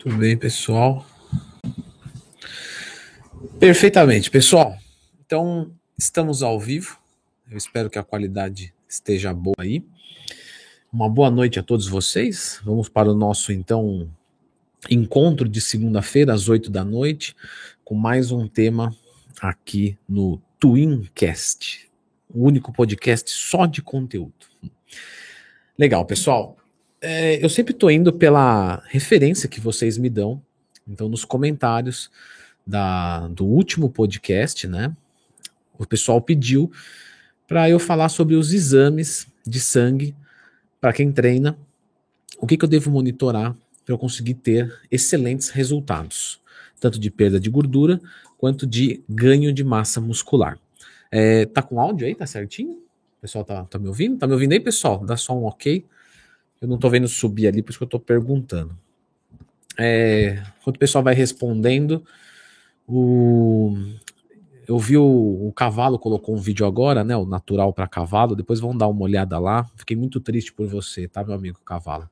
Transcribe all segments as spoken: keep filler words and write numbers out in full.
Tudo bem, pessoal? Perfeitamente, pessoal. Então, estamos ao vivo. Eu espero que a qualidade esteja boa aí. Uma boa noite a todos vocês. Vamos para o nosso, então, encontro de segunda-feira, às oito da noite, com mais um tema aqui no Twincast, o único podcast só de conteúdo. Legal, pessoal. É, eu sempre estou indo pela referência que vocês me dão. Então, nos comentários da, do último podcast, né? O pessoal pediu para eu falar sobre os exames de sangue para quem treina, o que, que eu devo monitorar para eu conseguir ter excelentes resultados, tanto de perda de gordura quanto de ganho de massa muscular. É, tá com áudio aí? Tá certinho? O pessoal tá, tá me ouvindo? Tá me ouvindo aí, pessoal? Dá só um ok. Eu não tô vendo subir ali, por isso que eu tô perguntando. É, enquanto o pessoal vai respondendo, o, eu vi o, o Cavalo colocou um vídeo agora, né? O Natural para Cavalo. Depois vão dar uma olhada lá. Fiquei muito triste por você, tá, meu amigo Cavalo?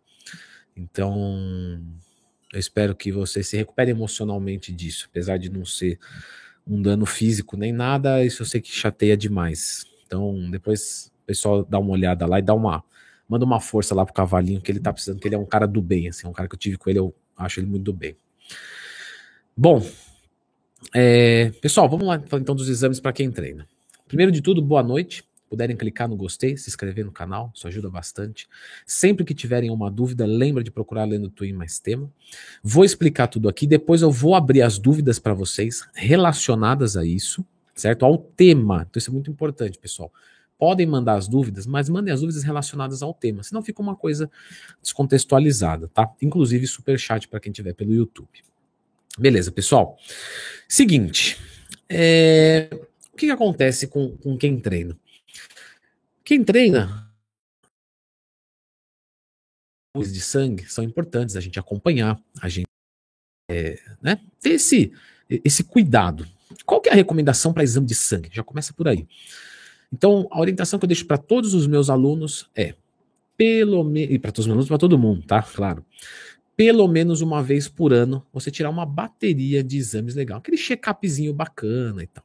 Então, eu espero que você se recupere emocionalmente disso, apesar de não ser um dano físico nem nada. Isso eu sei que chateia demais. Então, depois o pessoal dá uma olhada lá e dá uma manda uma força lá pro Cavalinho, que ele tá precisando, que ele é um cara do bem, assim, um cara que eu tive com ele, eu acho ele muito do bem. Bom, é, pessoal, vamos lá então dos exames para quem treina. Primeiro de tudo, boa noite. Puderem clicar no gostei, se inscrever no canal, isso ajuda bastante. Sempre que tiverem uma dúvida, lembra de procurar Lendo Twin Mais Tema. Vou explicar tudo aqui, depois eu vou abrir as dúvidas para vocês relacionadas a isso, certo? Ao tema. Então isso é muito importante, pessoal. Podem mandar as dúvidas, mas mandem as dúvidas relacionadas ao tema, senão fica uma coisa descontextualizada, tá? Inclusive superchat para quem tiver pelo YouTube. Beleza, pessoal. Seguinte, é, o que, que acontece com, com quem treina? Quem treina, os de sangue são importantes a gente acompanhar, a gente é, né, ter esse, esse cuidado. Qual que é a recomendação para exame de sangue? Já começa por aí. Então, a orientação que eu deixo para todos os meus alunos é, pelo menos, e para todos os meus alunos, para todo mundo, tá? Claro. Pelo menos uma vez por ano, você tirar uma bateria de exames legal, aquele check-upzinho bacana e tal.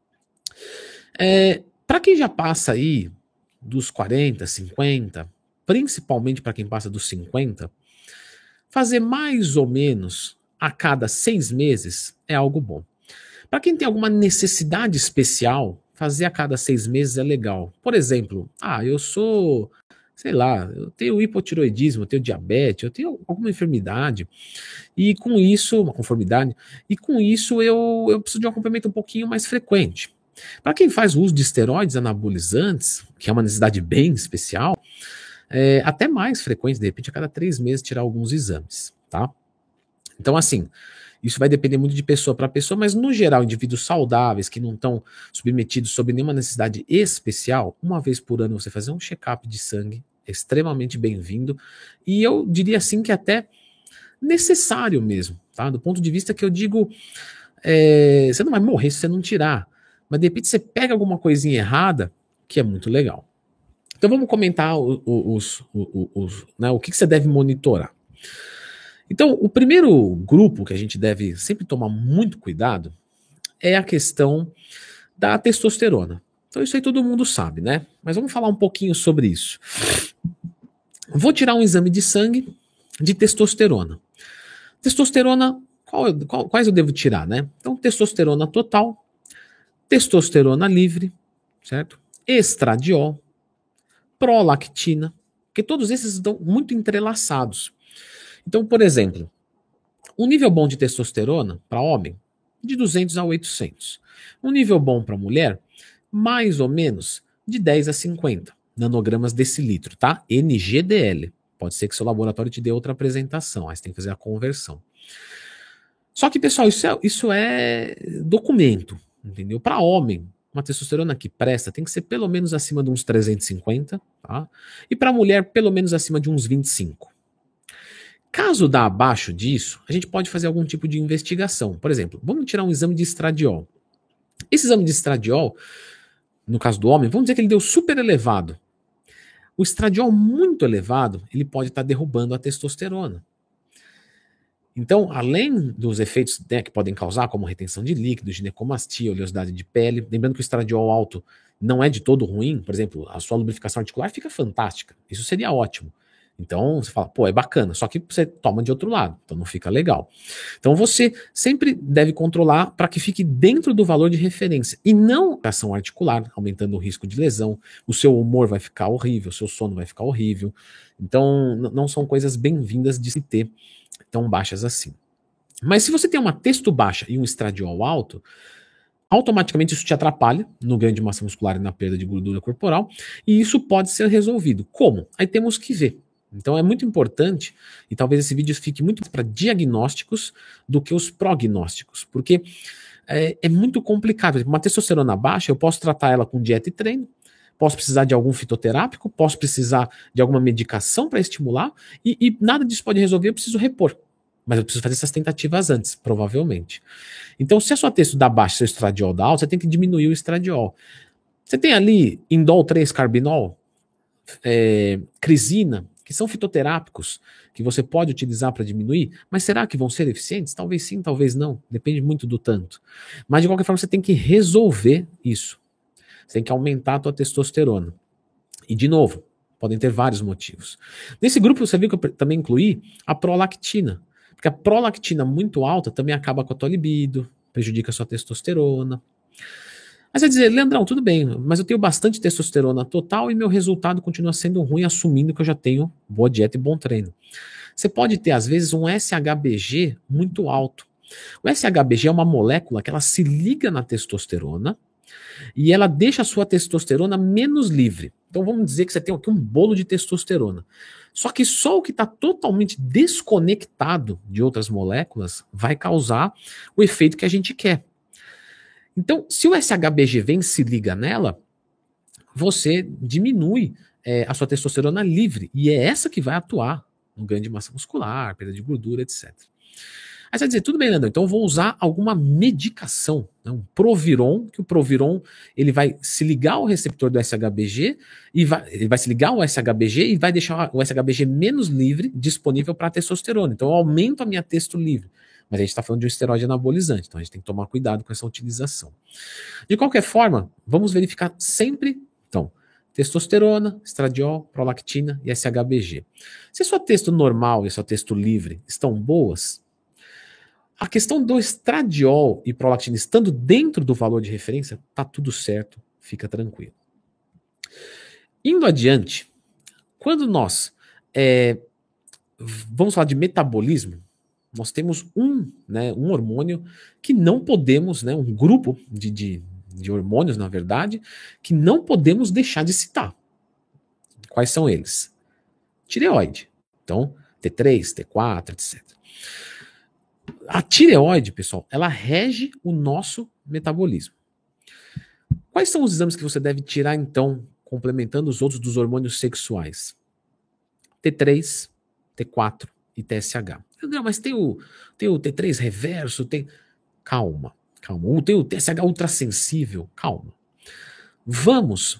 É, para quem já passa aí dos quarenta, cinquenta, principalmente para quem passa dos cinquenta, fazer mais ou menos a cada seis meses é algo bom. Para quem tem alguma necessidade especial, fazer a cada seis meses é legal. Por exemplo, ah, eu sou, sei lá, eu tenho hipotiroidismo, eu tenho diabetes, eu tenho alguma enfermidade, e com isso, uma conformidade, e com isso eu, eu preciso de um acompanhamento um pouquinho mais frequente. Para quem faz uso de esteroides anabolizantes, que é uma necessidade bem especial, é até mais frequente, de repente, a cada três meses tirar alguns exames, tá? Então, assim, isso vai depender muito de pessoa para pessoa, mas no geral, indivíduos saudáveis que não estão submetidos sob nenhuma necessidade especial, uma vez por ano você fazer um check-up de sangue é extremamente bem-vindo, e eu diria assim que até necessário mesmo, tá? Do ponto de vista que eu digo, é, você não vai morrer se você não tirar, mas de repente você pega alguma coisinha errada, que é muito legal. Então vamos comentar os, os, os, os né, o que, que você deve monitorar. Então, o primeiro grupo que a gente deve sempre tomar muito cuidado é a questão da testosterona. Então, isso aí todo mundo sabe, né? Mas vamos falar um pouquinho sobre isso. Vou tirar um exame de sangue de testosterona. Testosterona, qual, qual, quais eu devo tirar, né? Então, testosterona total, testosterona livre, certo? Estradiol, prolactina, porque todos esses estão muito entrelaçados. Então, por exemplo, um nível bom de testosterona para homem, de duzentos a oitocentos. Um nível bom para mulher, mais ou menos de dez a cinquenta nanogramas decilitro, tá? N G D L. Pode ser que seu laboratório te dê outra apresentação, aí você tem que fazer a conversão. Só que, pessoal, isso é, isso é documento, entendeu? Para homem, uma testosterona que presta tem que ser pelo menos acima de uns trezentos e cinquenta, tá? E para mulher, pelo menos acima de uns vinte e cinco. Caso dá abaixo disso, a gente pode fazer algum tipo de investigação. Por exemplo, vamos tirar um exame de estradiol. Esse exame de estradiol, no caso do homem, vamos dizer que ele deu super elevado. O estradiol muito elevado, ele pode estar derrubando a testosterona. Então, além dos efeitos, né, que podem causar, como retenção de líquido, ginecomastia, oleosidade de pele, lembrando que o estradiol alto não é de todo ruim, por exemplo, a sua lubrificação articular fica fantástica, isso seria ótimo. Então, você fala, pô, é bacana, só que você toma de outro lado, então não fica legal. Então, você sempre deve controlar para que fique dentro do valor de referência, e não a ação articular, aumentando o risco de lesão, o seu humor vai ficar horrível, o seu sono vai ficar horrível. Então, não são coisas bem-vindas de se ter tão baixas assim. Mas se você tem uma testo baixa e um estradiol alto, automaticamente isso te atrapalha no ganho de massa muscular e na perda de gordura corporal, e isso pode ser resolvido. Como? Aí temos que ver. Então é muito importante, e talvez esse vídeo fique muito para diagnósticos do que os prognósticos, porque é, é muito complicado. Uma testosterona baixa, eu posso tratar ela com dieta e treino, posso precisar de algum fitoterápico, posso precisar de alguma medicação para estimular, e, e nada disso pode resolver, eu preciso repor. Mas eu preciso fazer essas tentativas antes, provavelmente. Então, se a sua testo dá baixa, seu estradiol dá alto, você tem que diminuir o estradiol. Você tem ali indol três carbinol, é, crisina, que são fitoterápicos que você pode utilizar para diminuir, mas será que vão ser eficientes? Talvez sim, talvez não, depende muito do tanto. Mas de qualquer forma você tem que resolver isso. Você tem que aumentar a tua testosterona. E de novo, podem ter vários motivos. Nesse grupo você viu que eu também incluí a prolactina, porque a prolactina muito alta também acaba com a tua libido, prejudica a sua testosterona. Mas você vai dizer, Leandrão, tudo bem, mas eu tenho bastante testosterona total e meu resultado continua sendo ruim, assumindo que eu já tenho boa dieta e bom treino. Você pode ter, às vezes, um S H B G muito alto. O S H B G é uma molécula que ela se liga na testosterona e ela deixa a sua testosterona menos livre. Então vamos dizer que você tem aqui um bolo de testosterona. Só que só o que está totalmente desconectado de outras moléculas vai causar o efeito que a gente quer. Então, se o S H B G vem e se liga nela, você diminui é, a sua testosterona livre. E é essa que vai atuar no ganho de massa muscular, perda de gordura, etcétera. Aí você vai dizer, tudo bem, Leandro, então eu vou usar alguma medicação, né, um Proviron, que o Proviron ele vai se ligar ao receptor do S H B G, e vai, ele vai se ligar ao S H B G e vai deixar o S H B G menos livre, disponível para a testosterona. Então eu aumento a minha testo livre. Mas a gente está falando de um esteroide anabolizante, então a gente tem que tomar cuidado com essa utilização. De qualquer forma, vamos verificar sempre, então, testosterona, estradiol, prolactina e S H B G. Se a sua testo normal e a sua testo livre estão boas, a questão do estradiol e prolactina estando dentro do valor de referência, tá tudo certo, fica tranquilo. Indo adiante, quando nós é, vamos falar de metabolismo, nós temos um, né, um hormônio que não podemos, né, um grupo de, de, de hormônios, na verdade, que não podemos deixar de citar. Quais são eles? Tireoide. Então, T três, T quatro, etcétera. A tireoide, pessoal, ela rege o nosso metabolismo. Quais são os exames que você deve tirar, então, complementando os outros dos hormônios sexuais? T três, T quatro e T S H. Não, mas tem o, tem o T três reverso, tem... Calma, calma. Tem o T S H ultrassensível, calma. Vamos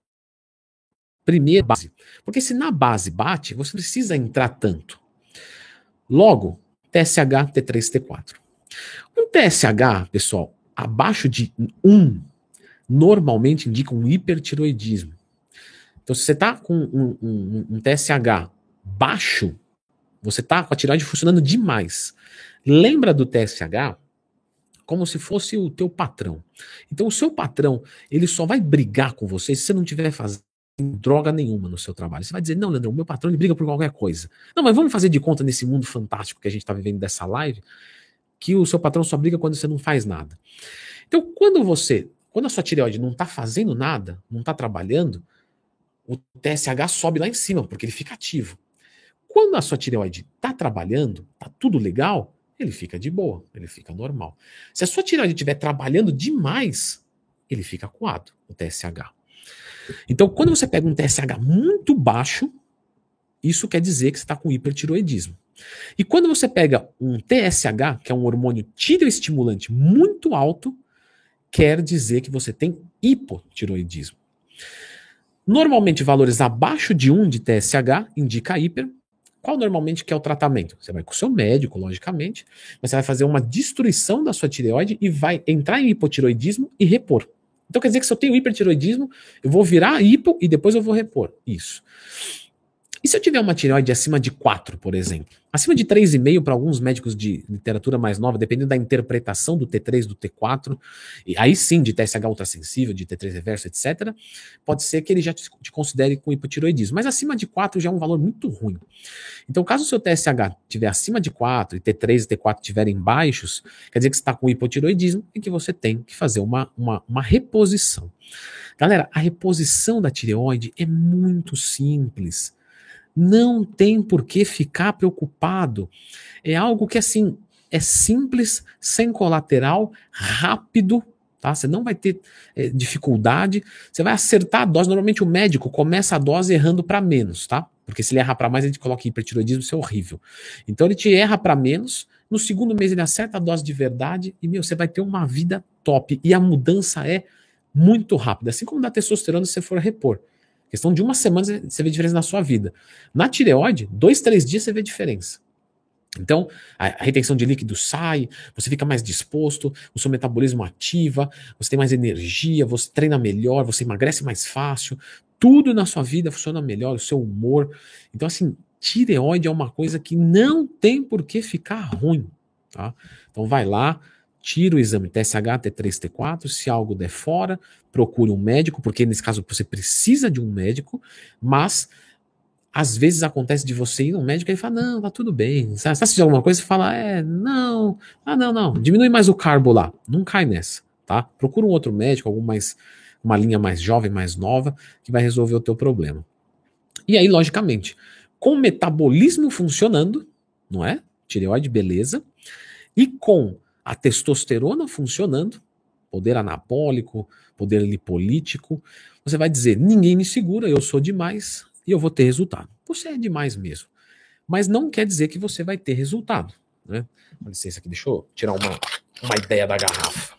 primeiro base. Porque se na base bate, você precisa entrar tanto. Logo, T S H, T três, T quatro. Um T S H, pessoal, abaixo de um, normalmente indica um hipertiroidismo. Então, se você está com um, um, um T S H baixo, você está com a tireoide funcionando demais. Lembra do T S H como se fosse o teu patrão. Então, o seu patrão, ele só vai brigar com você se você não estiver fazendo droga nenhuma no seu trabalho. Você vai dizer, não, Leandro, o meu patrão ele briga por qualquer coisa. Não, mas vamos fazer de conta nesse mundo fantástico que a gente está vivendo dessa live, que o seu patrão só briga quando você não faz nada. Então, quando você, quando a sua tireoide não está fazendo nada, não está trabalhando, o T S H sobe lá em cima, porque ele fica ativo. Quando a sua tireoide está trabalhando, está tudo legal, ele fica de boa, ele fica normal. Se a sua tireoide estiver trabalhando demais, ele fica acuado, o T S H. Então, quando você pega um T S H muito baixo, isso quer dizer que você está com hipertiroidismo. E quando você pega um T S H, que é um hormônio tireoestimulante muito alto, quer dizer que você tem hipotiroidismo. Normalmente, valores abaixo de um de T S H indica hiper. qual normalmente que é o tratamento? Você vai com o seu médico, logicamente, mas você vai fazer uma destruição da sua tireoide e vai entrar em hipotireoidismo e repor. Então quer dizer que se eu tenho hipertireoidismo, eu vou virar hipo e depois eu vou repor. Isso. E se eu tiver uma tireoide acima de quatro, por exemplo? Acima de três vírgula cinco para alguns médicos de literatura mais nova, dependendo da interpretação do T três, do T quatro, e aí sim de T S H ultrassensível, de T três reverso, etcétera, pode ser que ele já te, te considere com hipotireoidismo. Mas acima de quatro já é um valor muito ruim. Então, caso o seu T S H estiver acima de quatro e T três e T quatro estiverem baixos, quer dizer que você está com hipotireoidismo e que você tem que fazer uma, uma, uma reposição. Galera, a reposição da tireoide é muito simples. Não tem por que ficar preocupado. É algo que, assim, é simples, sem colateral, rápido, tá? Você não vai ter é, dificuldade. Você vai acertar a dose. Normalmente o médico começa a dose errando para menos, tá? Porque se ele errar para mais, ele te coloca hipertiroidismo, isso é horrível. Então ele te erra para menos. No segundo mês ele acerta a dose de verdade e, meu, você vai ter uma vida top. E a mudança é muito rápida. Assim como da testosterona, se você for repor. Questão de uma semana você vê diferença na sua vida. Na tireoide, dois, três dias você vê diferença. Então, a retenção de líquido sai, você fica mais disposto, o seu metabolismo ativa, você tem mais energia, você treina melhor, você emagrece mais fácil, tudo na sua vida funciona melhor, o seu humor. Então, assim, tireoide é uma coisa que não tem por que ficar ruim, tá? Então, vai lá, tira o exame T S H, T três, T quatro, se algo der fora, procure um médico, porque nesse caso você precisa de um médico, mas às vezes acontece de você ir no médico e ele fala, não, tá tudo bem. Você assiste alguma coisa e fala, é, não, ah, não, não, diminui mais o carbo lá. Não cai nessa, tá? Procura um outro médico, algum mais, uma linha mais jovem, mais nova, que vai resolver o teu problema. E aí, logicamente, com o metabolismo funcionando, não é? Tireoide, beleza. E com a testosterona funcionando, poder anabólico, poder lipolítico, você vai dizer, ninguém me segura, eu sou demais e eu vou ter resultado. Você é demais mesmo. Mas não quer dizer que você vai ter resultado, né? Dá licença aqui, deixa eu tirar uma, uma ideia da garrafa.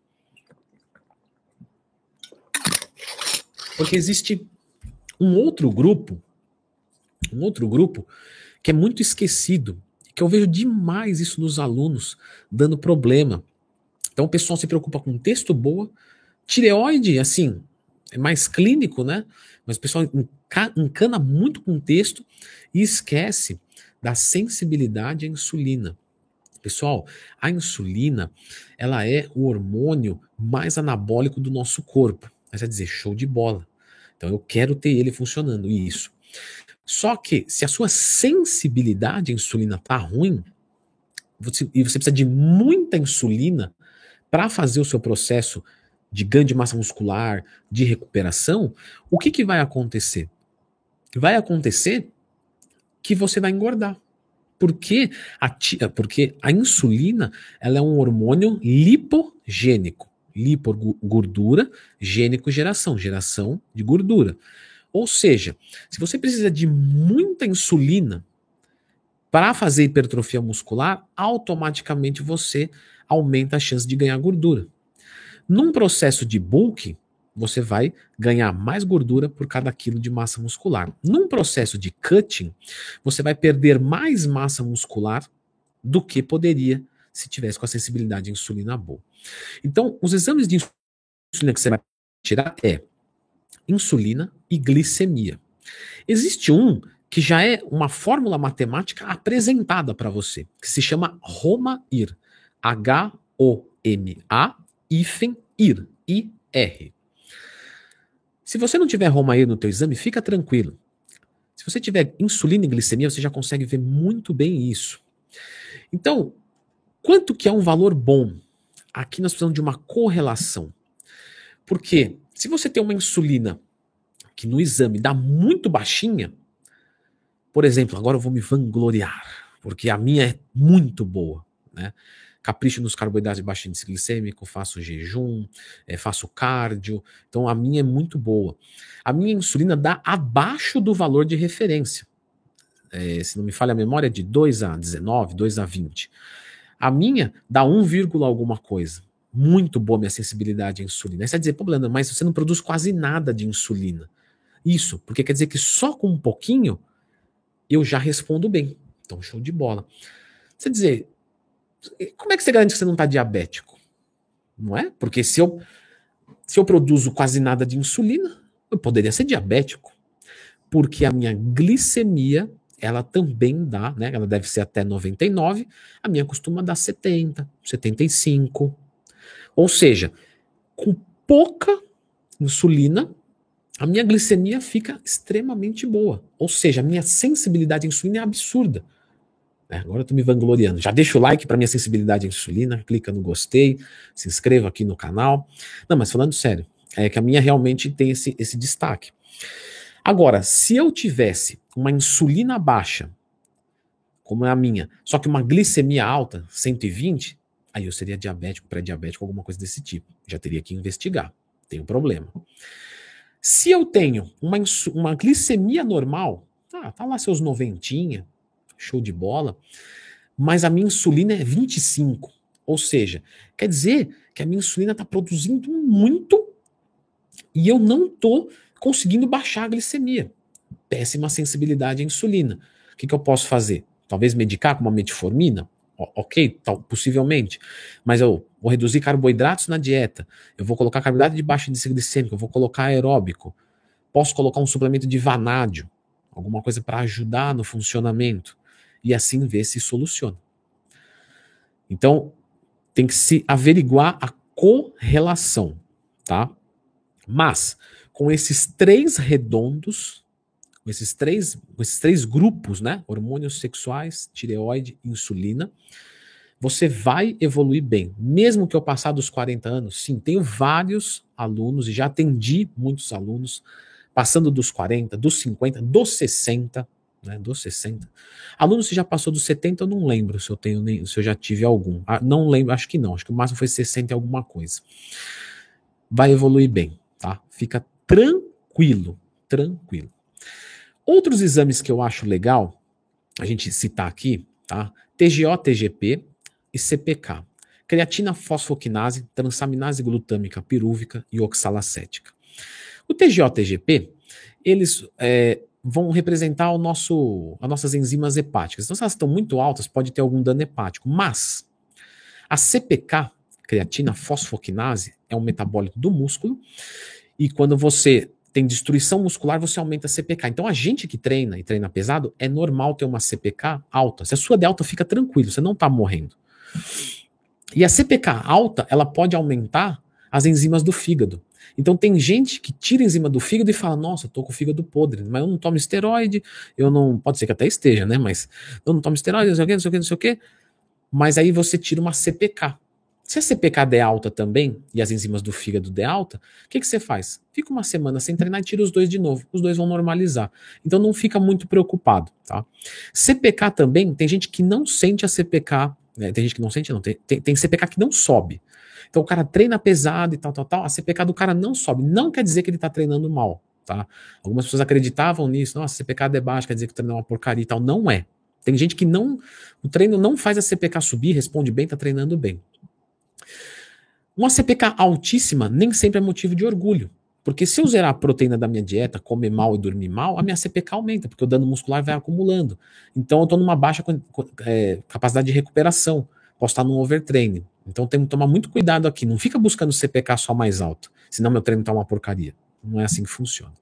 Porque existe um outro grupo, um outro grupo que é muito esquecido, que eu vejo demais isso nos alunos, dando problema. Então o pessoal se preocupa com texto boa, tireoide, assim, é mais clínico, né? Mas o pessoal encana muito com texto e esquece da sensibilidade à insulina. Pessoal, a insulina, ela é o hormônio mais anabólico do nosso corpo. Mas vai dizer, show de bola. Então eu quero ter ele funcionando, isso. Só que se a sua sensibilidade à insulina tá ruim, você, e você precisa de muita insulina para fazer o seu processo de ganho de massa muscular, de recuperação, o que, que vai acontecer? Vai acontecer que você vai engordar. Porque a, porque a insulina, ela é um hormônio lipogênico. Lipo, gordura, gênico, geração. Geração de gordura. Ou seja, se você precisa de muita insulina para fazer hipertrofia muscular, automaticamente você aumenta a chance de ganhar gordura. Num processo de bulking, você vai ganhar mais gordura por cada quilo de massa muscular. Num processo de cutting, você vai perder mais massa muscular do que poderia se tivesse com a sensibilidade à insulina boa. Então, os exames de insulina que você vai tirar é insulina e glicemia. Existe um que já é uma fórmula matemática apresentada para você, que se chama HOMA-I R. H O M A hífen ir, I R. Se você não tiver HOMA-I R no teu exame, fica tranquilo. Se você tiver insulina e glicemia, você já consegue ver muito bem isso. Então, quanto que é um valor bom? Aqui nós precisamos de uma correlação. Porque se você tem uma insulina que no exame dá muito baixinha, por exemplo, agora eu vou me vangloriar, porque a minha é muito boa, né? Capricho nos carboidratos de baixo índice glicêmico, faço jejum, é, faço cardio, então a minha é muito boa. A minha insulina dá abaixo do valor de referência, é, se não me falha a memória, é de dois a dezenove, dois a vinte. A minha dá um, alguma coisa. Muito boa minha sensibilidade à insulina. Aí você vai dizer, pô, Blanda, mas você não produz quase nada de insulina. Isso, porque quer dizer que só com um pouquinho eu já respondo bem. Então, show de bola. Você dizer, como é que você garante que você não está diabético? Não é? Porque se eu, se eu produzo quase nada de insulina, eu poderia ser diabético. Porque a minha glicemia, ela também dá, né? Ela deve ser até noventa e nove, a minha costuma dar setenta, setenta e cinco. Ou seja, com pouca insulina, a minha glicemia fica extremamente boa. Ou seja, a minha sensibilidade à insulina é absurda. É, agora eu tô me vangloriando. Já deixa o like para minha sensibilidade à insulina, clica no gostei, se inscreva aqui no canal. Não, mas falando sério, é que a minha realmente tem esse, esse destaque. Agora, se eu tivesse uma insulina baixa, como é a minha, só que uma glicemia alta, cento e vinte, aí eu seria diabético, pré-diabético, alguma coisa desse tipo. Já teria que investigar. Tem um problema. Se eu tenho uma, uma glicemia normal, tá, tá lá seus noventinha, show de bola, mas a minha insulina é vinte e cinco. Ou seja, quer dizer que a minha insulina está produzindo muito e eu não estou conseguindo baixar a glicemia. Péssima sensibilidade à insulina. O que, que eu posso fazer? Talvez medicar com uma metformina? Ok, tal, possivelmente. Mas eu vou reduzir carboidratos na dieta. Eu vou colocar carboidrato de baixa índice glicêmico. Eu vou colocar aeróbico. Posso colocar um suplemento de vanádio. Alguma coisa para ajudar no funcionamento. E assim ver se soluciona. Então, tem que se averiguar a correlação, tá? Mas, com esses três redondos, com esses três, com esses três grupos, né? Hormônios sexuais, tireoide, insulina, você vai evoluir bem. Mesmo que eu passar dos quarenta anos, sim, tenho vários alunos e já atendi muitos alunos passando dos quarenta, dos cinquenta, dos sessenta, né? Dos sessenta. Aluno se já passou dos setenta, eu não lembro se eu tenho, se eu já tive algum. Ah, não lembro, acho que não. Acho que o máximo foi sessenta e alguma coisa. Vai evoluir bem, tá? Fica tranquilo, tranquilo. Outros exames que eu acho legal a gente citar aqui, tá? T G O, T G P e C P K. Creatina fosfoquinase, transaminase glutâmica pirúvica e oxalacética. O T G O, T G P, eles é, vão representar o nosso, as nossas enzimas hepáticas. Então, se elas estão muito altas, pode ter algum dano hepático. Mas a C P K, creatina fosfoquinase, é um metabólito do músculo. E quando você tem destruição muscular, você aumenta a C P K. Então, a gente que treina e treina pesado, é normal ter uma C P K alta. Se a sua é alta, fica tranquilo, você não está morrendo. E a C P K alta, ela pode aumentar as enzimas do fígado. Então tem gente que tira a enzima do fígado e fala, nossa, eu tô com o fígado podre, mas eu não tomo esteroide, eu não, pode ser que até esteja, né, mas eu não tomo esteroide, não sei o que, não sei o que, não sei o que, mas aí você tira uma C P K. Se a C P K der alta também, e as enzimas do fígado der alta, o que, que você faz? Fica uma semana sem treinar e tira os dois de novo, os dois vão normalizar. Então não fica muito preocupado, tá? C P K também, tem gente que não sente a C P K, né, tem gente que não sente não, tem, tem, tem C P K que não sobe. Então o cara treina pesado e tal, tal, tal, a C P K do cara não sobe. Não quer dizer que ele tá treinando mal, tá? Algumas pessoas acreditavam nisso, nossa, a C P K é baixa, quer dizer que o treino é uma porcaria e tal. Não é. Tem gente que não, o treino não faz a C P K subir, responde bem, tá treinando bem. Uma C P K altíssima nem sempre é motivo de orgulho. Porque se eu zerar a proteína da minha dieta, comer mal e dormir mal, a minha C P K aumenta, porque o dano muscular vai acumulando. Então eu tô numa baixa é, capacidade de recuperação. Posso estar num overtraining. Então tem que tomar muito cuidado aqui. Não fica buscando C P K só mais alto. Senão meu treino tá uma porcaria. Não é assim que funciona.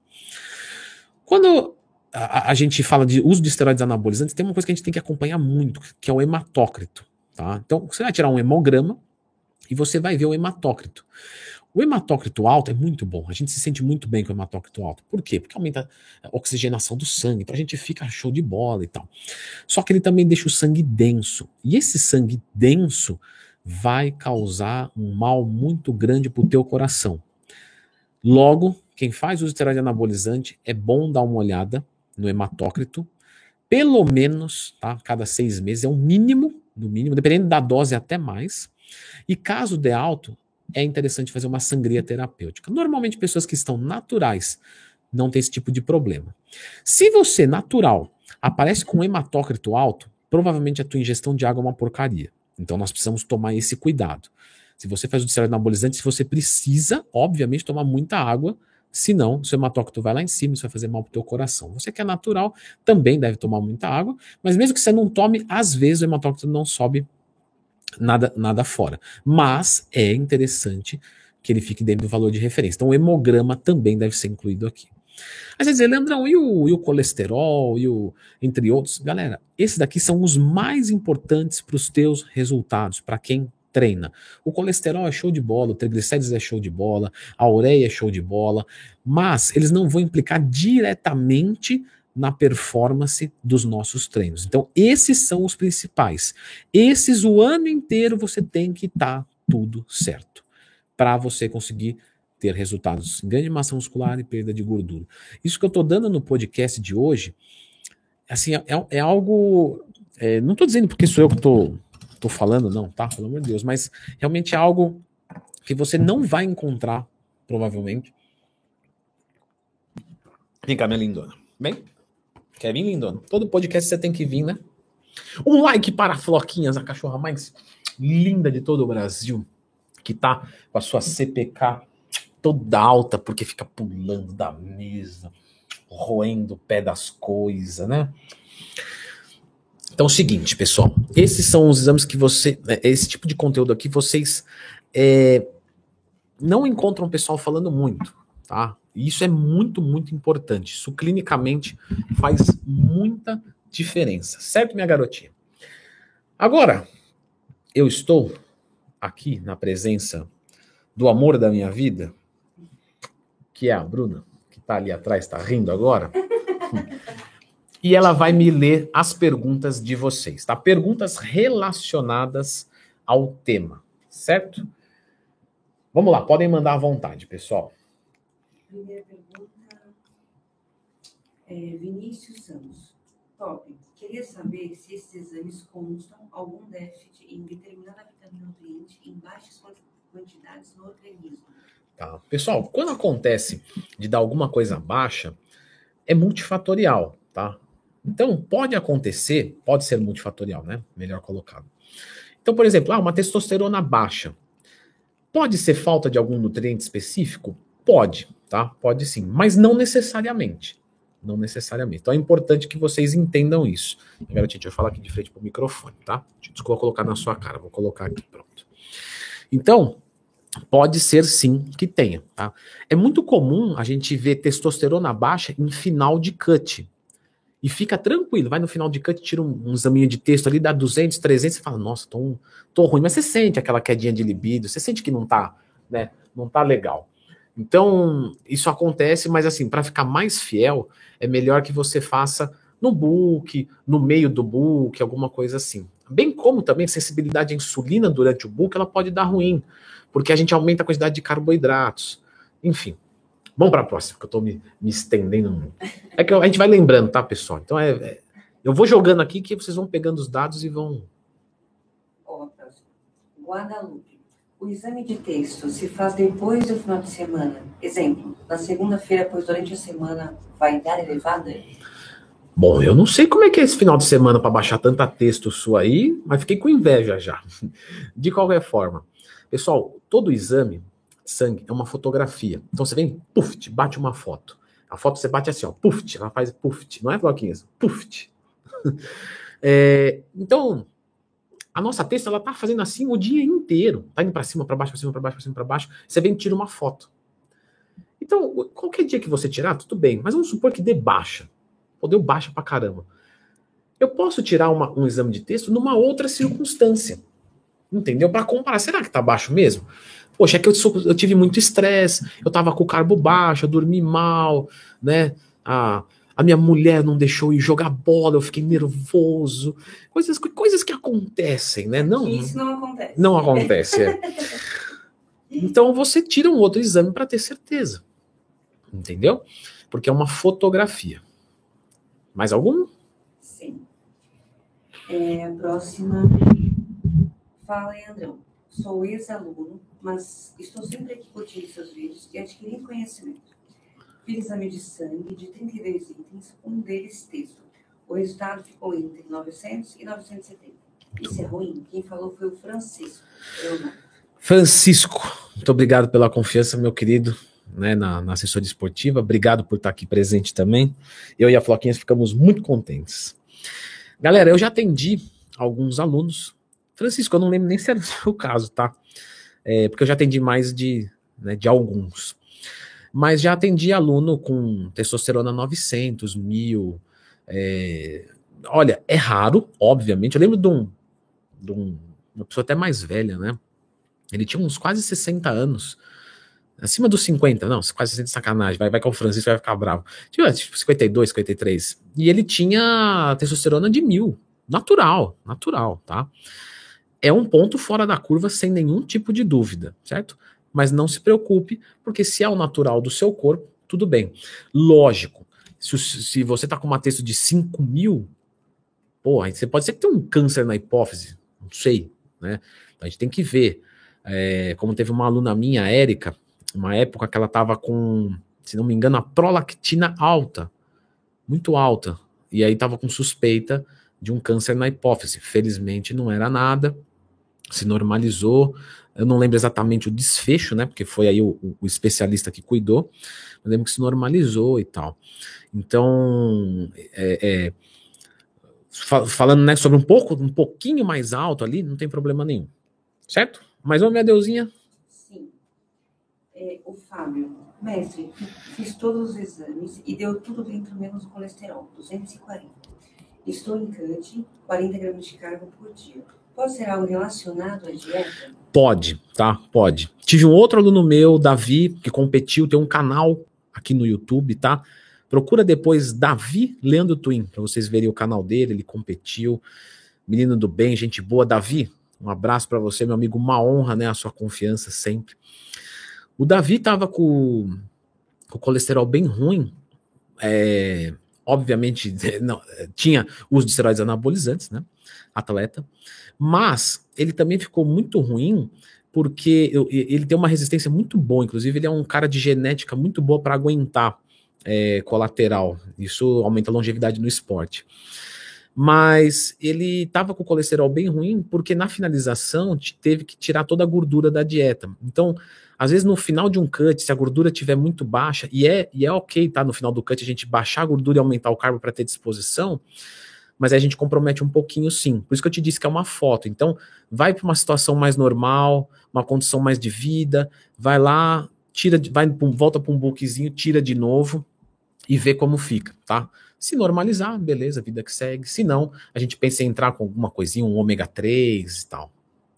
Quando a, a gente fala de uso de esteroides anabolizantes, tem uma coisa que a gente tem que acompanhar muito, que é o hematócrito. Tá? Então você vai tirar um hemograma e você vai ver o hematócrito. O hematócrito alto é muito bom. A gente se sente muito bem com o hematócrito alto. Por quê? Porque aumenta a oxigenação do sangue. Então a gente fica show de bola e tal. Só que ele também deixa o sangue denso. E esse sangue denso vai causar um mal muito grande para o teu coração. Logo, quem faz uso de esteroide anabolizante é bom dar uma olhada no hematócrito. Pelo menos, tá? Cada seis meses. É um mínimo, no mínimo. Dependendo da dose, até mais. E caso dê alto, é interessante fazer uma sangria terapêutica. Normalmente, pessoas que estão naturais não têm esse tipo de problema. Se você, natural, aparece com hematócrito alto, provavelmente a tua ingestão de água é uma porcaria. Então, nós precisamos tomar esse cuidado. Se você faz o esteroide anabolizante, se você precisa, obviamente, tomar muita água Se não, seu hematócrito vai lá em cima, isso vai fazer mal pro teu coração. Você que é natural, também deve tomar muita água, mas mesmo que você não tome, às vezes o hematócrito não sobe nada, nada fora. Mas é interessante que ele fique dentro do valor de referência. Então o hemograma também deve ser incluído aqui. Aí você diz, Leandrão, e o, e o colesterol, e o, entre outros? Galera, esses daqui são os mais importantes para os teus resultados, para quem treina. O colesterol é show de bola, o triglicérides é show de bola, a ureia é show de bola, mas eles não vão implicar diretamente na performance dos nossos treinos. Então, esses são os principais. Esses, o ano inteiro, você tem que estar tá tudo certo para você conseguir ter resultados em ganho de massa muscular e perda de gordura. Isso que eu estou dando no podcast de hoje, assim, é, é algo... É, não estou dizendo porque sou eu que estou tô falando, não, tá? Pelo amor de Deus, mas realmente é algo que você não vai encontrar, provavelmente. Vem cá, minha lindona. Bem? Quer vir, lindona? Todo podcast você tem que vir, né? Um like para a Floquinhas, a cachorra mais linda de todo o Brasil, que tá com a sua C P K toda alta, porque fica pulando da mesa, roendo o pé das coisas, né? Então é o seguinte, pessoal, esses são os exames que você, esse tipo de conteúdo aqui, vocês é, não encontram o pessoal falando muito, tá? E isso é muito, muito importante. Isso clinicamente faz muita diferença, certo, minha garotinha? Agora, eu estou aqui na presença do amor da minha vida, que é a Bruna, que tá ali atrás, tá rindo agora. E ela vai me ler as perguntas de vocês, tá? Perguntas relacionadas ao tema, certo? Vamos lá, podem mandar à vontade, pessoal. Primeira pergunta é Vinícius Santos. Top. Queria saber se esses exames constam algum déficit em determinada vitamina nutriente em baixas quantidades no organismo. Tá. Pessoal, quando acontece de dar alguma coisa baixa, é multifatorial, tá? Então, pode acontecer, pode ser multifatorial, né? Melhor colocado. Então, por exemplo, ah, uma testosterona baixa. Pode ser falta de algum nutriente específico? Pode, tá? Pode sim, mas não necessariamente. Não necessariamente. Então é importante que vocês entendam isso. Garotinha, deixa eu falar aqui de frente pro microfone, tá? Deixa eu colocar na sua cara, vou colocar aqui, pronto. Então, pode ser sim que tenha, tá? É muito comum a gente ver testosterona baixa em final de cut. E fica tranquilo, vai no final de cut, tira um, um examinho de texto ali, dá duzentos, trezentos, e fala, nossa, tô, tô ruim. Mas você sente aquela quedinha de libido, você sente que não tá, né, não tá legal. Então, isso acontece, mas assim, para ficar mais fiel, é melhor que você faça no book, no meio do book, alguma coisa assim. Bem como também a sensibilidade à insulina durante o book, ela pode dar ruim, porque a gente aumenta a quantidade de carboidratos. Enfim. Vamos para a próxima, que eu estou me, me estendendo muito. É que a gente vai lembrando, tá, pessoal? Então, é, é, eu vou jogando aqui que vocês vão pegando os dados e vão... Ó, próximo. Guadalupe. O exame de texto se faz depois do final de semana. Exemplo, na segunda-feira, pois durante a semana vai dar elevada? Bom, eu não sei como é que é esse final de semana para baixar tanta texto sua aí, mas fiquei com inveja já. De qualquer forma. Pessoal, todo exame... sangue é uma fotografia. Então você vem, puf, bate uma foto. A foto você bate assim, ó, puf, ela faz puf, não é bloquinhos, puf. É, então, a nossa texta, ela tá fazendo assim o dia inteiro. Tá indo para cima, para baixo, para cima, para baixo, para cima, para baixo. Você vem e tira uma foto. Então, qualquer dia que você tirar, tudo bem. Mas vamos supor que dê baixa. Ou deu baixa pra caramba. Eu posso tirar uma, um exame de texto numa outra circunstância. Entendeu? Para comparar. Será que tá baixo mesmo? Poxa, é que eu, eu tive muito estresse, eu tava com o carbo baixo, eu dormi mal, né? A, a minha mulher não deixou eu ir jogar bola, eu fiquei nervoso. Coisas, coisas que acontecem, né? Não, Isso não acontece. Não acontece, é. Então você tira um outro exame para ter certeza. Entendeu? Porque é uma fotografia. Mais algum? Sim. É, a próxima. Fala, Leandrão. Sou ex-aluno, mas estou sempre aqui curtindo seus vídeos e adquirindo conhecimento. Fiz exame de sangue de trinta e dois itens, um deles texto. O resultado ficou entre novecentos e novecentos e setenta. Isso é ruim? Quem falou foi o Francisco. Eu não. Francisco, muito obrigado pela confiança, meu querido. né, na, na assessoria esportiva. Obrigado por estar aqui presente também. Eu e a Floquinha ficamos muito contentes. Galera, eu já atendi alguns alunos. Francisco, eu não lembro nem se era o seu caso, tá? É, porque eu já atendi mais de, né, de alguns. Mas já atendi aluno com testosterona novecentos, mil. É, olha, é raro, obviamente. Eu lembro de, um, de um, uma pessoa até mais velha, né? Ele tinha uns quase sessenta anos. Acima dos cinquenta, não, quase sessenta, sacanagem. Vai, vai que o Francisco vai ficar bravo. Tinha tipo cinquenta e dois, cinquenta e três. E ele tinha testosterona de mil. Natural, natural, tá? É um ponto fora da curva sem nenhum tipo de dúvida, certo? Mas não se preocupe, porque se é o natural do seu corpo, tudo bem. Lógico, se, se você tá com uma testo de cinco mil, porra, você pode ser que tenha um câncer na hipófise, não sei, né? A gente tem que ver. É, como teve uma aluna minha, a Érica, uma época que ela tava com, se não me engano, a prolactina alta, muito alta, e aí tava com suspeita de um câncer na hipófise. Felizmente não era nada, se normalizou. Eu não lembro exatamente o desfecho, né? Porque foi aí o, o especialista que cuidou. Eu lembro que se normalizou e tal. Então, é, é, fal- falando, né, sobre um pouco, um pouquinho mais alto ali, não tem problema nenhum. Certo? Mais uma, minha deusinha? Sim. É, o Fábio, mestre, fiz todos os exames e deu tudo dentro menos o colesterol, duzentos e quarenta. Estou em C U T, quarenta gramas de carbo por dia. Pode ser algo relacionado à dieta? Pode, tá? Pode. Tive um outro aluno meu, Davi, que competiu, tem um canal aqui no YouTube, tá? Procura depois Davi Leandro Twin, pra vocês verem o canal dele, ele competiu. Menino do bem, gente boa. Davi, um abraço pra você, meu amigo, uma honra, né? A sua confiança sempre. O Davi tava com, com o colesterol bem ruim, é, obviamente, não, tinha uso de esteroides anabolizantes, né? Atleta. Mas ele também ficou muito ruim porque eu- ele tem uma resistência muito boa. Inclusive, ele é um cara de genética muito boa para aguentar é, colateral. Isso aumenta a longevidade no esporte. Mas ele estava com o colesterol bem ruim porque na finalização te- teve que tirar toda a gordura da dieta. Então, às vezes no final de um cut, se a gordura estiver muito baixa, e é, e é ok, tá? No final do cut a gente baixar a gordura e aumentar o carbo para ter disposição, mas aí a gente compromete um pouquinho sim. Por isso que eu te disse que é uma foto. Então, vai para uma situação mais normal, uma condição mais de vida, vai lá, tira, de- vai, pum, volta para um bookzinho, tira de novo e vê como fica, tá? Se normalizar, beleza, vida que segue. Se não, a gente pensa em entrar com alguma coisinha, um ômega três e tal.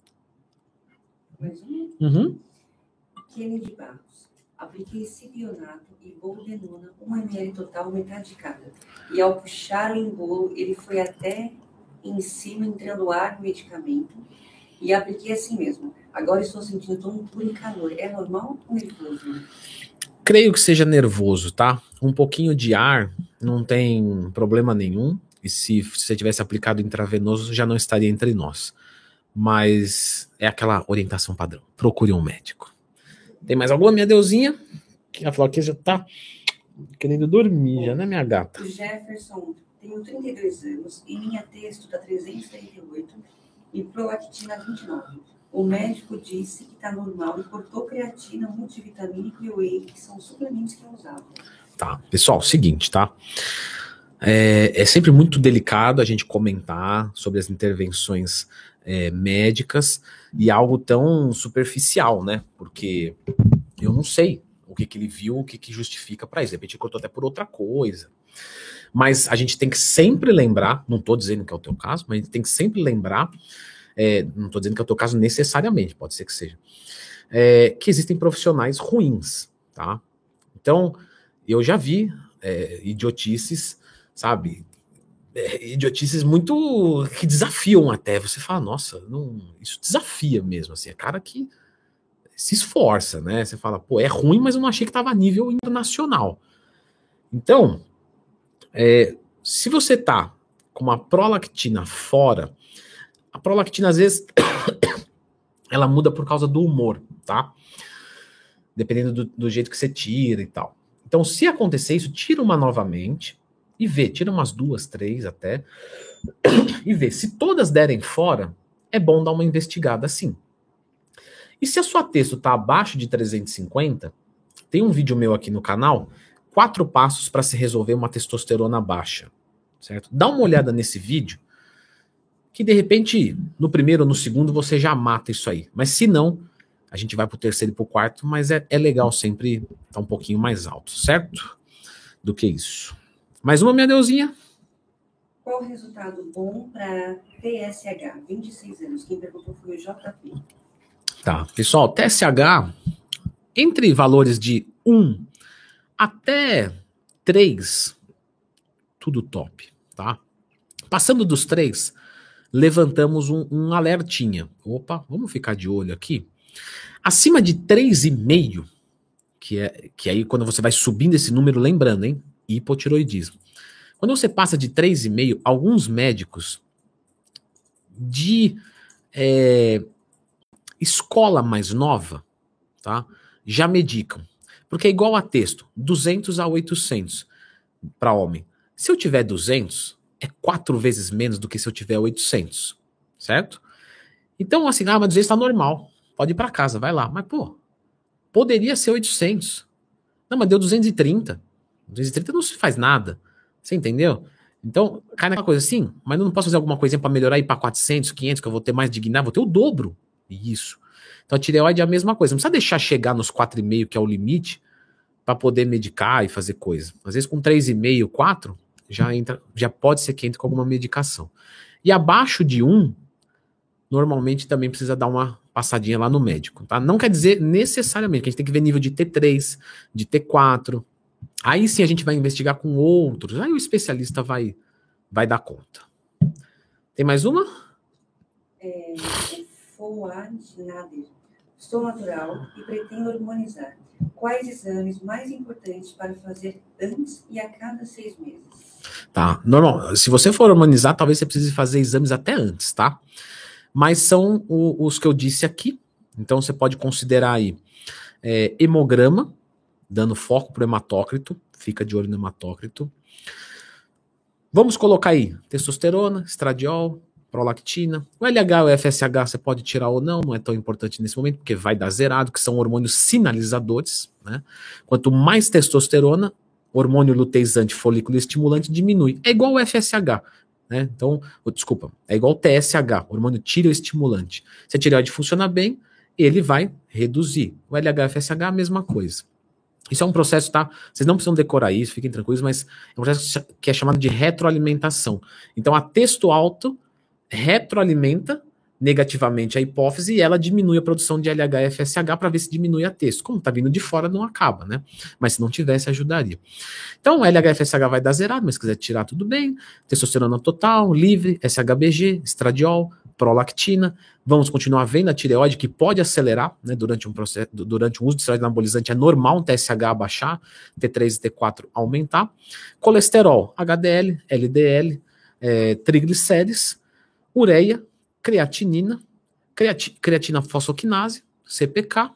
Mais um? Uhum. Kennedy Barros. Apliquei cipionato e boldenona, um ml total, metade de cada. E ao puxar o embolo, ele foi até em cima, entrando ar no medicamento. E apliquei assim mesmo. Agora estou sentindo tontura e calor. É normal ou nervoso? Creio que seja nervoso, tá? Um pouquinho de ar não tem problema nenhum. E se você tivesse aplicado intravenoso, já não estaria entre nós. Mas é aquela orientação padrão. Procure um médico. Tem mais alguma, minha deusinha? Que a Floquinha já tá querendo dormir, já, né, minha gata? O Jefferson, tenho trinta e dois anos e minha testo está trezentos e trinta e oito e prolactina vinte e nove. O médico disse que está normal e cortou creatina, multivitamínico e whey, que são suplementos que eu usava. Tá, pessoal, seguinte, tá? É, é sempre muito delicado a gente comentar sobre as intervenções é, médicas e algo tão superficial, né? Porque eu não sei o que, que ele viu, o que, que justifica para isso. De repente ele cortou até por outra coisa. Mas a gente tem que sempre lembrar, não estou dizendo que é o teu caso, mas a gente tem que sempre lembrar, é, não estou dizendo que é o teu caso necessariamente, pode ser que seja, é, que existem profissionais ruins, tá? Então, eu já vi é, idiotices, sabe? É, idiotices muito que desafiam até. Você fala, nossa, não, isso desafia mesmo, assim, é cara que se esforça, né? Você fala, pô, é ruim, mas eu não achei que estava a nível internacional. Então, é, se você tá com uma prolactina fora, a prolactina às vezes ela muda por causa do humor, tá? Dependendo do, do jeito que você tira e tal. Então, se acontecer isso, tira uma novamente e vê, tira umas duas, três até, e vê. Se todas derem fora, é bom dar uma investigada sim. E se a sua testo está abaixo de trezentos e cinquenta, Tem um vídeo meu aqui no canal, quatro passos para se resolver uma testosterona baixa, certo? Dá uma olhada nesse vídeo, que de repente, no primeiro ou no segundo, você já mata isso aí. Mas se não, a gente vai pro terceiro e pro quarto, mas é, é legal sempre estar tá um pouquinho mais alto, certo? Do que isso. Mais uma, minha deusinha. Qual o resultado bom para T S H? vinte e seis anos. Quem perguntou foi o J P. Tá, pessoal, T S H, entre valores de um até três, tudo top, tá? Passando dos três, levantamos um, um alertinha. Opa, vamos ficar de olho aqui. Acima de três vírgula cinco, que é que aí quando você vai subindo esse número, lembrando, hein? Hipotiroidismo. Quando você passa de três vírgula cinco, alguns médicos de é, escola mais nova, tá, já medicam. Porque é igual a texto, duzentos a oitocentos para homem. Se eu tiver duzentos, é quatro vezes menos do que se eu tiver oitocentos, certo? Então, assim, ah, mas duzentos está normal. Pode ir para casa, vai lá. Mas, pô, poderia ser oitocentos. Não, mas deu duzentos e trinta. duzentos e trinta não se faz nada. Você entendeu? Então, cai naquela coisa assim, mas eu não posso fazer alguma coisinha para melhorar e ir para quatrocentos, quinhentos, que eu vou ter mais dignidade, vou ter o dobro. Isso. Então, a tireoide é a mesma coisa. Não precisa deixar chegar nos quatro vírgula cinco, que é o limite, para poder medicar e fazer coisa. Às vezes, com três vírgula cinco, quatro, já, entra, já pode ser que entre com alguma medicação. E abaixo de um, normalmente também precisa dar uma passadinha lá no médico, tá? Não quer dizer necessariamente que a gente tem que ver nível de T três, de T quatro. Aí sim a gente vai investigar com outros. Aí o especialista vai, vai dar conta. Tem mais uma? É, Fouad Nader. Sou natural e pretendo hormonizar. Quais exames mais importantes para fazer antes e a cada seis meses? Tá, normal. Se você for hormonizar, talvez você precise fazer exames até antes, tá? Mas são o, os que eu disse aqui. Então você pode considerar aí é, hemograma, dando foco para o hematócrito, fica de olho no hematócrito. Vamos colocar aí testosterona, estradiol, prolactina. O L H e o F S H você pode tirar ou não, não é tão importante nesse momento, porque vai dar zerado, que são hormônios sinalizadores, né? Quanto mais testosterona, hormônio luteizante, folículo estimulante diminui. É igual o F S H, né? Então, oh, desculpa, é igual o T S H, hormônio tireoestimulante. Se a tireoide funciona bem, ele vai reduzir. O L H e o F S H, a mesma coisa. Isso é um processo, tá? Vocês não precisam decorar isso, fiquem tranquilos, mas é um processo que é chamado de retroalimentação. Então, a testo alto retroalimenta negativamente a hipófise e ela diminui a produção de L H e F S H para ver se diminui a testo. Como tá vindo de fora, não acaba, né? Mas se não tivesse, ajudaria. Então, L H e F S H vai dar zerado, mas se quiser tirar, tudo bem. Testosterona total, livre, S H B G, estradiol, prolactina. Vamos continuar vendo a tireoide, que pode acelerar, né, durante um processo, durante o uso de esteroide anabolizante. É normal um T S H baixar, T três e T quatro aumentar. Colesterol, H D L, L D L, é, triglicérides, ureia, creatinina, creati, creatina fosfoquinase, C P K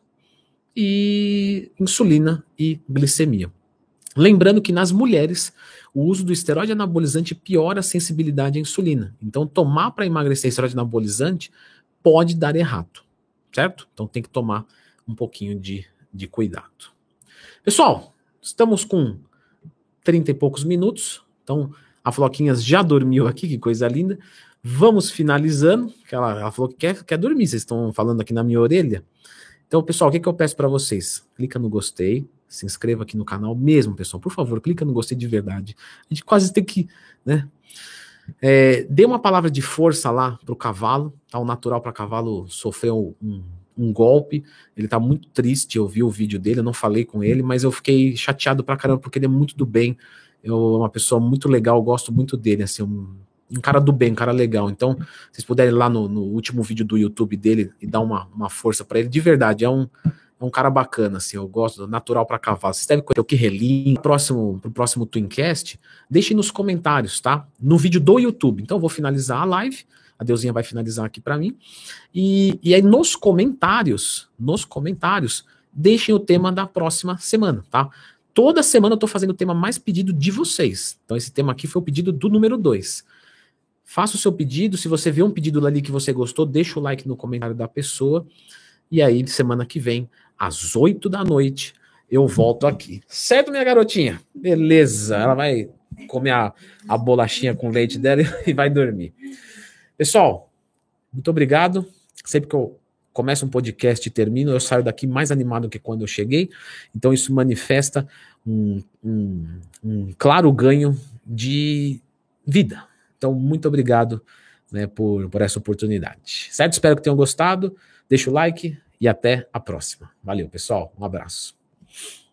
e insulina e glicemia. Lembrando que nas mulheres, o uso do esteroide anabolizante piora a sensibilidade à insulina. Então, tomar para emagrecer esteroide anabolizante pode dar errado, certo? Então, tem que tomar um pouquinho de, de cuidado. Pessoal, estamos com trinta e poucos minutos. Então, a Floquinhas já dormiu aqui, que coisa linda. Vamos finalizando. Ela, ela falou que quer, quer dormir, vocês estão falando aqui na minha orelha. Então, pessoal, o que, que eu peço para vocês? Clica no gostei, se inscreva aqui no canal mesmo, pessoal. Por favor, clica no gostei de verdade. A gente quase tem que, né? É, dê uma palavra de força lá pro cavalo. Tá? O natural para cavalo sofreu um, um golpe. Ele tá muito triste. Eu vi o vídeo dele, eu não falei com ele, mas eu fiquei chateado pra caramba, porque ele é muito do bem. Eu, é uma pessoa muito legal, eu gosto muito dele, assim, um, um cara do bem, um cara legal. Então, se vocês puderem ir lá no, no último vídeo do YouTube dele e dar uma, uma força pra ele, de verdade, é um, é um cara bacana, assim, eu gosto, natural pra cavalo. Vocês devem conhecer o que relinha. Próximo, pro próximo Twincast, deixem nos comentários, tá? No vídeo do YouTube. Então, eu vou finalizar a live, a Deusinha vai finalizar aqui pra mim, e, e aí nos comentários, nos comentários, deixem o tema da próxima semana, tá? Toda semana eu tô fazendo o tema mais pedido de vocês. Então, esse tema aqui foi o pedido do número dois. Faça o seu pedido. Se você vê um pedido ali que você gostou, deixa o like no comentário da pessoa. E aí, semana que vem, às oito da noite, eu eu volto aqui. Certo, minha garotinha? Beleza, ela vai comer a, a bolachinha com leite dela e vai dormir. Pessoal, muito obrigado. Sempre que eu começo um podcast e termino, eu saio daqui mais animado que quando eu cheguei. Então isso manifesta um, um, um claro ganho de vida. Então, muito obrigado, né, por, por essa oportunidade. Certo? Espero que tenham gostado. Deixa o like e até a próxima. Valeu, pessoal. Um abraço.